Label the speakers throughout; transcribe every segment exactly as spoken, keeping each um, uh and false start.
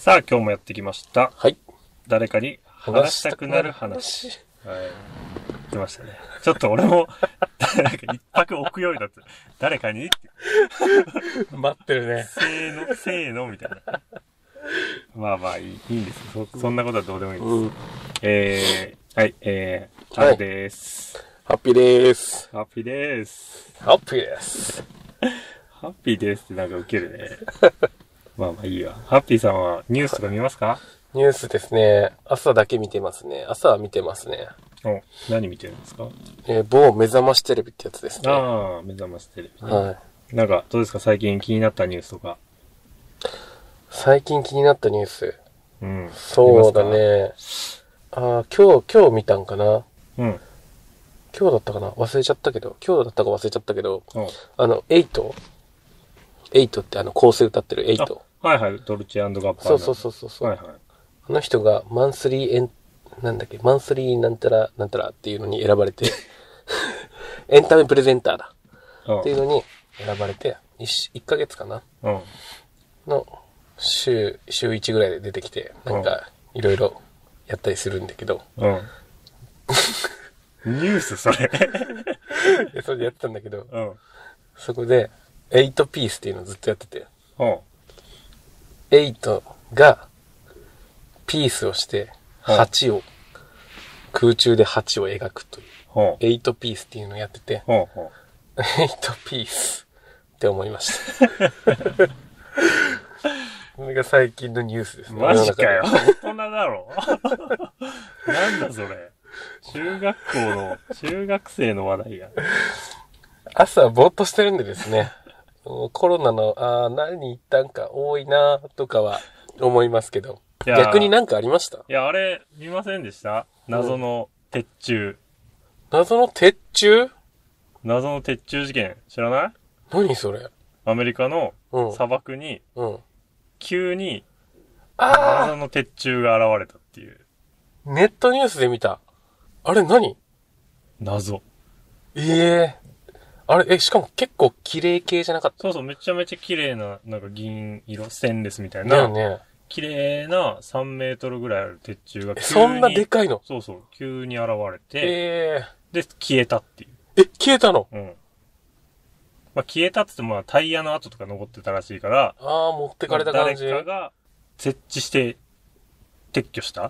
Speaker 1: さあ、今日もやってきました。
Speaker 2: はい。
Speaker 1: 誰かに話したくなる話。はい。来ましたね。ちょっと俺も、なんか一泊置くようになって、誰かにって。
Speaker 2: 待ってるね。
Speaker 1: せーの、せーの、みたいな。まあまあいい、いいんですよ。そ、そんなことはどうでもいいです。うん、えー、はい、えー、ハルです。
Speaker 2: ハッピーでーす。
Speaker 1: ハッピーでーす。
Speaker 2: ハッピーです。
Speaker 1: ハッピーですってなんかウケるね。まあまあいいわ。ハッピーさんはニュースとか見ますか？
Speaker 2: ニュースですね。朝だけ見てますね。朝は見てますね。
Speaker 1: お、何見てるんですか？
Speaker 2: えー、某目覚ましテレビってやつですね。
Speaker 1: ああ、目覚ましテレビね。
Speaker 2: はい。
Speaker 1: なんか、どうですか最近気になったニュースとか。
Speaker 2: 最近気になったニュース。
Speaker 1: うん。
Speaker 2: そうだね。ああ、今日、今日見たんかな。
Speaker 1: うん。
Speaker 2: 今日だったかな忘れちゃったけど、今日だったか忘れちゃったけど、あの、エイトエイトってあの、構成歌ってるエイト。
Speaker 1: はいはい、ドルチェ&ガッパーナ。
Speaker 2: そうそうそうそう。はいはい。あの人がマンスリーエン、なんだっけ、マンスリーなんたら、なんたらっていうのに選ばれて、エンタメプレゼンターだ。っていうのに選ばれて、一、一ヶ月かな、うん、の、週、週一ぐらいで出てきて、なんか、いろいろやったりするんだけど。うん。
Speaker 1: ニュースそれ
Speaker 2: それでやってたんだけど、うん、そこで、エイトピースっていうのをずっとやってて、うん、エイトが、ピースをして、はちを、空中ではちを描くという、エイトピースっていうのをやってて、エイトピースって思いました。これが最近のニュースですね。
Speaker 1: マジかよ。大人だろ。なんだそれ。中学校の、中学生の話題や。
Speaker 2: 朝ぼーっとしてるんでですね。コロナの、ああ、何言ったんか多いなとかは思いますけど。逆になんかありました？
Speaker 1: いや、あれ、見ませんでした？謎の鉄柱。
Speaker 2: 謎の鉄柱？
Speaker 1: 謎の鉄柱事件、知らない？
Speaker 2: 何それ？
Speaker 1: アメリカの砂漠に、うん、急に、
Speaker 2: あ
Speaker 1: 謎の鉄柱が現れたっていう。
Speaker 2: ネットニュースで見た。あれ何？
Speaker 1: 謎。
Speaker 2: ええー。あれ、え、しかも結構綺麗系じゃなかった？
Speaker 1: そうそう、めちゃめちゃ綺麗な、なんか銀色、ステンレスみたいな。
Speaker 2: だよね。
Speaker 1: 綺麗なさんメートルぐらいある鉄柱が急に。
Speaker 2: そんなでかいの？
Speaker 1: そうそう、急に現れて。
Speaker 2: え
Speaker 1: ー、で、消えたっていう。
Speaker 2: え、消えたの？
Speaker 1: うん。まあ、消えたって言っても、まあ、タイヤの跡とか残ってたらしいから。
Speaker 2: ああ、持ってかれた感じ。
Speaker 1: 誰かが設置して撤去した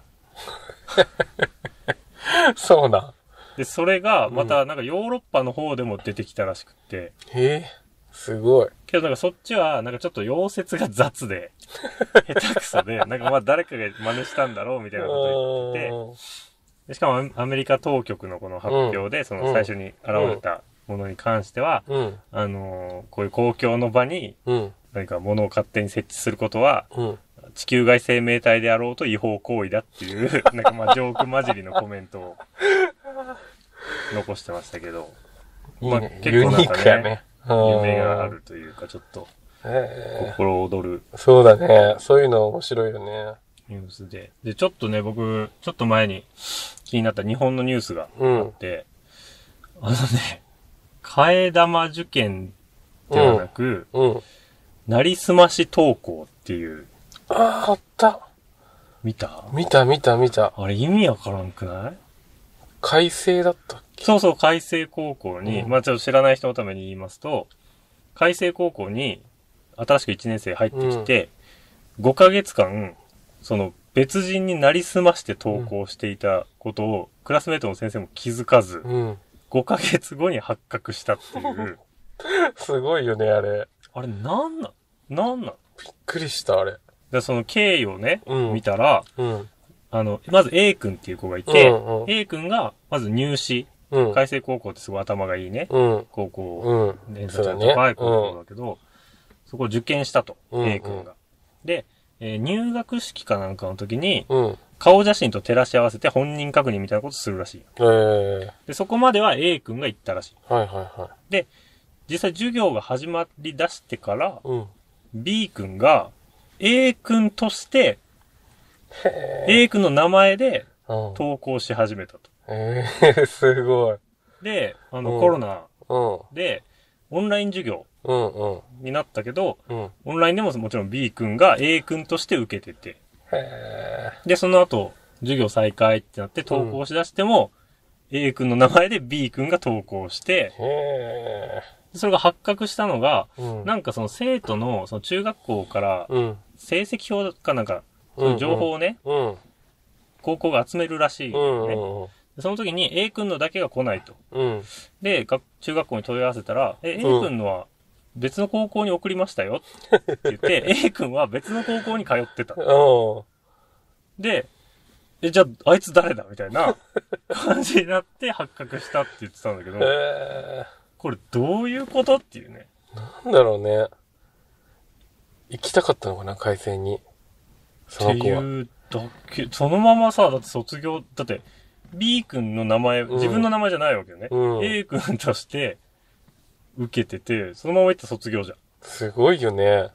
Speaker 2: そうな。
Speaker 1: で、それが、また、なんかヨーロッパの方でも出てきたらしくって。
Speaker 2: うん、えー、すごい。
Speaker 1: けどなんかそっちは、なんかちょっと溶接が雑で、下手くそで、なんかまあ誰かが真似したんだろうみたいなこと言ってて、でしかもアメリカ当局のこの発表で、うん、その最初に現れたものに関しては、うん、あのー、こういう公共の場に、何か物を勝手に設置することは、うん、地球外生命体であろうと違法行為だっていう、なんかまあジョーク混じりのコメントを残してましたけど、
Speaker 2: いいね、まあ、結構なんかね、ね
Speaker 1: 夢があるというかちょっと、心躍る。
Speaker 2: そうだね。そういうの面白いよね。
Speaker 1: ニュースで。で、ちょっとね、僕、ちょっと前に気になった日本のニュースがあって、うん、あのね、替え玉受験ではなく、うんうん、なりすまし登校っていう。
Speaker 2: ああ、あった。
Speaker 1: 見た？
Speaker 2: 見た見た見た。
Speaker 1: あれ意味わからんくない？
Speaker 2: 改正だったっけ？
Speaker 1: そうそう、改正高校に、うん、まあちょっと知らない人のために言いますと、改正高校に新しくいちねん生入ってきて、うん、ごかげつかん、その別人になりすまして登校していたことを、うん、クラスメートの先生も気づかず、うん、ごかげつごに発覚したっていう。
Speaker 2: すごいよね、あれ。
Speaker 1: あれ、なんなんなんなん
Speaker 2: びっくりした、あれ。
Speaker 1: で、その経緯をね、うん、見たら、うん、あの、まず A 君っていう子がいて、うんうん、A 君が、まず入試、うん、開成高校ってすごい頭がいいね、うん、高校、うん、偏差値の高い高校だけど、うん、そこを受験したと、うん、A 君が。で、えー、入学式かなんかの時に、うん、顔写真と照らし合わせて本人確認みたいなことするらしい。えー、で、そこまでは A 君が行ったらしい。
Speaker 2: はいはいはい。
Speaker 1: で、実際授業が始まり出してから、うん、B 君が A 君として、A 君の名前で投稿し始めたと。
Speaker 2: えー、すごい。
Speaker 1: で、あの、うん、コロナで、オンライン授業になったけど、うんうん、オンラインでももちろん B 君が A 君として受けてて、
Speaker 2: へ
Speaker 1: で、その後、授業再開ってなって投稿しだしても、うん、A 君の名前で B 君が投稿して、
Speaker 2: へ
Speaker 1: それが発覚したのが、
Speaker 2: うん、
Speaker 1: なんかその生徒の、その中学校から、成績表かなんか、そういう情報をね、
Speaker 2: うんうん、
Speaker 1: 高校が集めるらしい、ね、
Speaker 2: うんうんうん。
Speaker 1: その時に A 君のだけが来ないと。
Speaker 2: うん、
Speaker 1: で、中学校に問い合わせたら、え、A 君のは別の高校に送りましたよって言って、A 君は別の高校に通ってた。で、え、じゃあ、あいつ誰だみたいな感じになって発覚したって言ってたんだけど、これどういうことっていうね。
Speaker 2: なんだろうね。行きたかったのかな、海星に。その子は。っていう
Speaker 1: だけ、そのままさ、だって卒業、だって、B 君の名前、うん、自分の名前じゃないわけよね。うん、A 君として受けてて、そのまま行った卒業じゃん。
Speaker 2: すごいよね。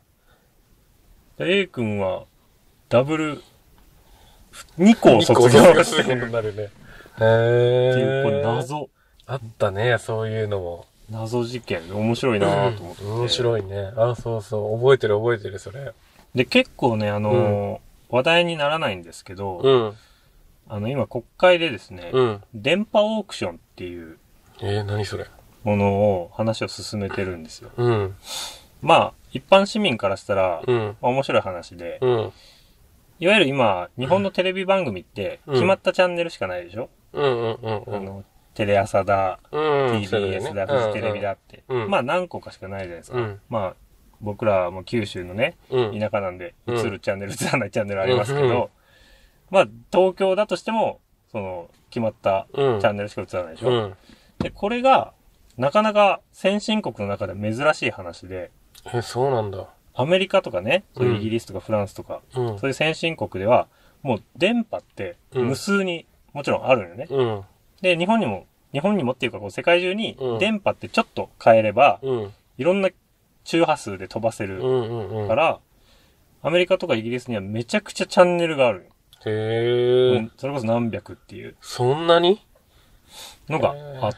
Speaker 1: A 君は、ダブル、に校卒業してる。
Speaker 2: ことになるね。へー。
Speaker 1: っていう、これ謎。
Speaker 2: あったね、そういうのも。
Speaker 1: 謎事件。面白いなと思って、
Speaker 2: うん。面白いね。あ、そうそう。覚えてる覚えてる、それ。
Speaker 1: で、結構ね、あのーうん、話題にならないんですけど、
Speaker 2: うん。
Speaker 1: あの、今国会でですね、
Speaker 2: うん、
Speaker 1: 電波オークションっていう、
Speaker 2: えー、何それ
Speaker 1: ものを、話を進めてるんですよ。
Speaker 2: うん。
Speaker 1: まあ、一般市民からしたら、
Speaker 2: うん、
Speaker 1: まあ、面白い話で、
Speaker 2: うん、
Speaker 1: いわゆる今、日本のテレビ番組って、決まったチャンネルしかないでしょ、
Speaker 2: うんうんうんうん、
Speaker 1: あの、テレ朝だ、
Speaker 2: うん、
Speaker 1: ティービーエス だ、フジテレビだって、
Speaker 2: うん。
Speaker 1: まあ何個かしかないじゃないですか。
Speaker 2: うん、
Speaker 1: まあ、僕らも九州のね、
Speaker 2: うん、
Speaker 1: 田舎なんで、映るチャンネル、映らないチャンネルありますけど、うんうん、まあ、東京だとしても、その、決まったチャンネルしか映らないでしょ、うん、で、これが、なかなか先進国の中で珍しい話で。
Speaker 2: え、そうなんだ。
Speaker 1: アメリカとかね、そういうイギリスとかフランスとか、うん、そういう先進国では、もう電波って無数にもちろんあるのよね。
Speaker 2: うん、で、
Speaker 1: 日本にも、日本にもっていうかこう世界中に電波ってちょっと変えれば、うん、いろんな周波数で飛ばせるから、うんうんうん、アメリカとかイギリスにはめちゃくちゃチャンネルがある。
Speaker 2: へー、うん。
Speaker 1: それこそ何百っていう。
Speaker 2: そんなに
Speaker 1: のがあって、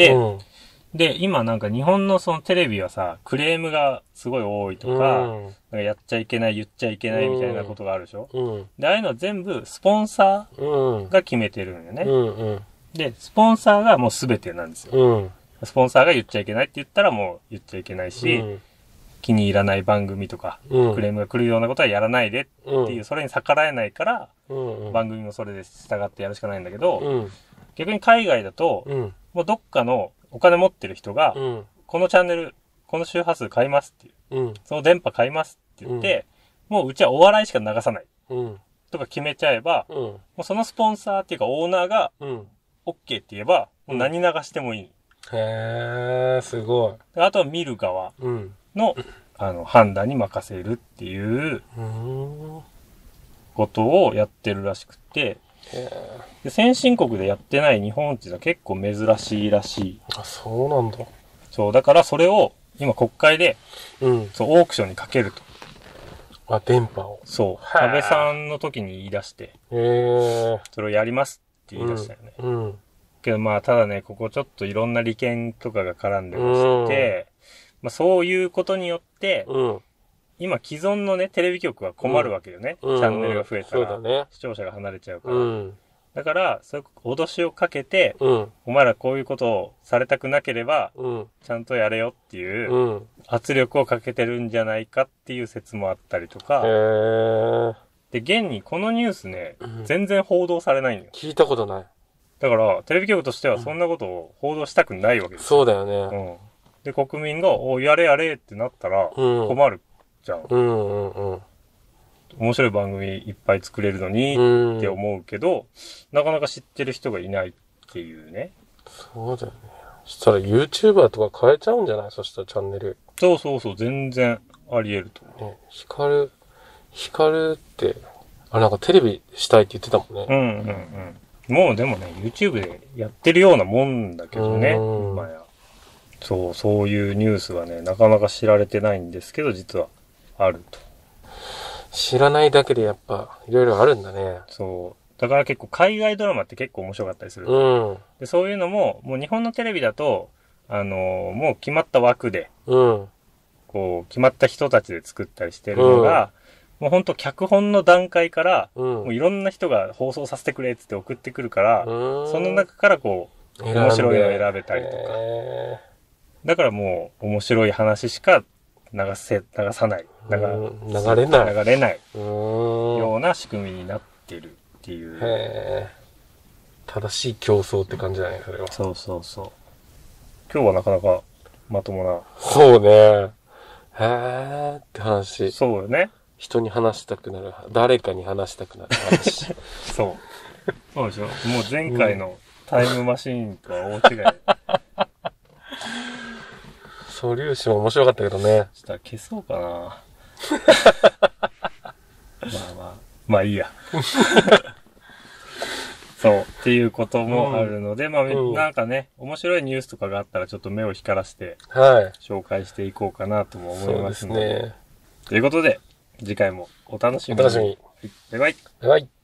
Speaker 1: うん、で、今なんか日本のそのテレビはさ、クレームがすごい多いとか、うん、なんかやっちゃいけない、言っちゃいけないみたいなことがあるでしょ、うん、で、ああいうのは全部スポンサーが決めてるんよね。うんうん、で、スポンサーがもう全てなんですよ、うん。スポンサーが言っちゃいけないって言ったらもう言っちゃいけないし、うん、気に入らない番組とか、うん、クレームが来るようなことはやらないでっていう、それに逆らえないから、うんうん、番組もそれで従ってやるしかないんだけど、うん、逆に海外だと、うん、もうどっかのお金持ってる人が、うん、このチャンネル、この周波数買いますっていう、うん、その電波買いますって言って、うん、もううちはお笑いしか流さない、うん、とか決めちゃえば、うん、もうそのスポンサーっていうかオーナーが、うん、OK って言えば、もう何流してもいい。
Speaker 2: へー、すごい。
Speaker 1: あとは見る側の、うん、あの、判断に任せるっていう、ことをやってるらしくて、で先進国でやってない日本っていうのは結構珍しいらしい。
Speaker 2: あ、そうなんだ。
Speaker 1: そう、だからそれを今国会で、うん、そう、オークションにかけると。
Speaker 2: あ、電波を。
Speaker 1: そう。安倍さんの時に言い出して、へー、それをやりますって言い出したよね。うん。うん、けどまあ、ただね、ここちょっといろんな利権とかが絡んでまして、うん、まあそういうことによって、うん、今既存のね、テレビ局は困るわけよね。うん、チャンネルが増えたら、うんうんね、視聴者が離れちゃうから。うん、だから、そういう脅しをかけて、うん、お前らこういうことをされたくなければ、うん、ちゃんとやれよっていう、うん、圧力をかけてるんじゃないかっていう説もあったりとか。へー。で、現にこのニュースね、うん、全然報道されないんよ。
Speaker 2: 聞いたことない。
Speaker 1: だから、テレビ局としてはそんなことを報道したくないわけです
Speaker 2: よ。そうだよね。
Speaker 1: うん。で、国民が、お、やれやれってなったら、困る。じゃん。うんうんうん。面白い番組いっぱい作れるのにって思うけど、なかなか知ってる人がいないっていうね。
Speaker 2: そうだよね。そしたら YouTuber とか変えちゃうんじゃない？そしたらチャンネル。
Speaker 1: そうそうそう、全然あり得ると思う。
Speaker 2: ね、光る、光るって、あ、なんかテレビしたいって言ってたもんね。
Speaker 1: うんうんうん。もうでもね、YouTube でやってるようなもんだけどね、今や。そう、そういうニュースはね、なかなか知られてないんですけど、実はあると。
Speaker 2: 知らないだけでやっぱ、いろいろあるんだね。
Speaker 1: そう。だから結構海外ドラマって結構面白かったりする。うん。で、そういうのも、もう日本のテレビだと、あのー、もう決まった枠で、うん。こう、決まった人たちで作ったりしてるのが、 もうほんと脚本の段階から、
Speaker 2: うん、
Speaker 1: もういろんな人が放送させてくれってって送ってくるから、その中からこう、面白いのを選べたりとか。だからもう面白い話しか流せ、流さない。流
Speaker 2: 流れない。
Speaker 1: 流れないような仕組みになってるっていう。
Speaker 2: へー。正しい競争って感じだね、それは。
Speaker 1: そうそうそう。今日はなかなかまともな。
Speaker 2: そうね。へーって話。
Speaker 1: そうよね。
Speaker 2: 人に話したくなる。誰かに話したくなる話。
Speaker 1: そう。そうでしょ。もう前回のタイムマシーンとは大違い。
Speaker 2: 素粒子も面白かったけどね。
Speaker 1: ちょっと消そうかな。まあまあ、まあいいや。そう。っていうこともあるので、うん、まあ、うん、なんかね、面白いニュースとかがあったらちょっと目を光らせて、
Speaker 2: はい。
Speaker 1: 紹介していこうかなとも思いますので。
Speaker 2: そうですね。
Speaker 1: ということで、次回もお楽しみに。
Speaker 2: お楽しみに。
Speaker 1: はい、バイバイ。
Speaker 2: バイバイ。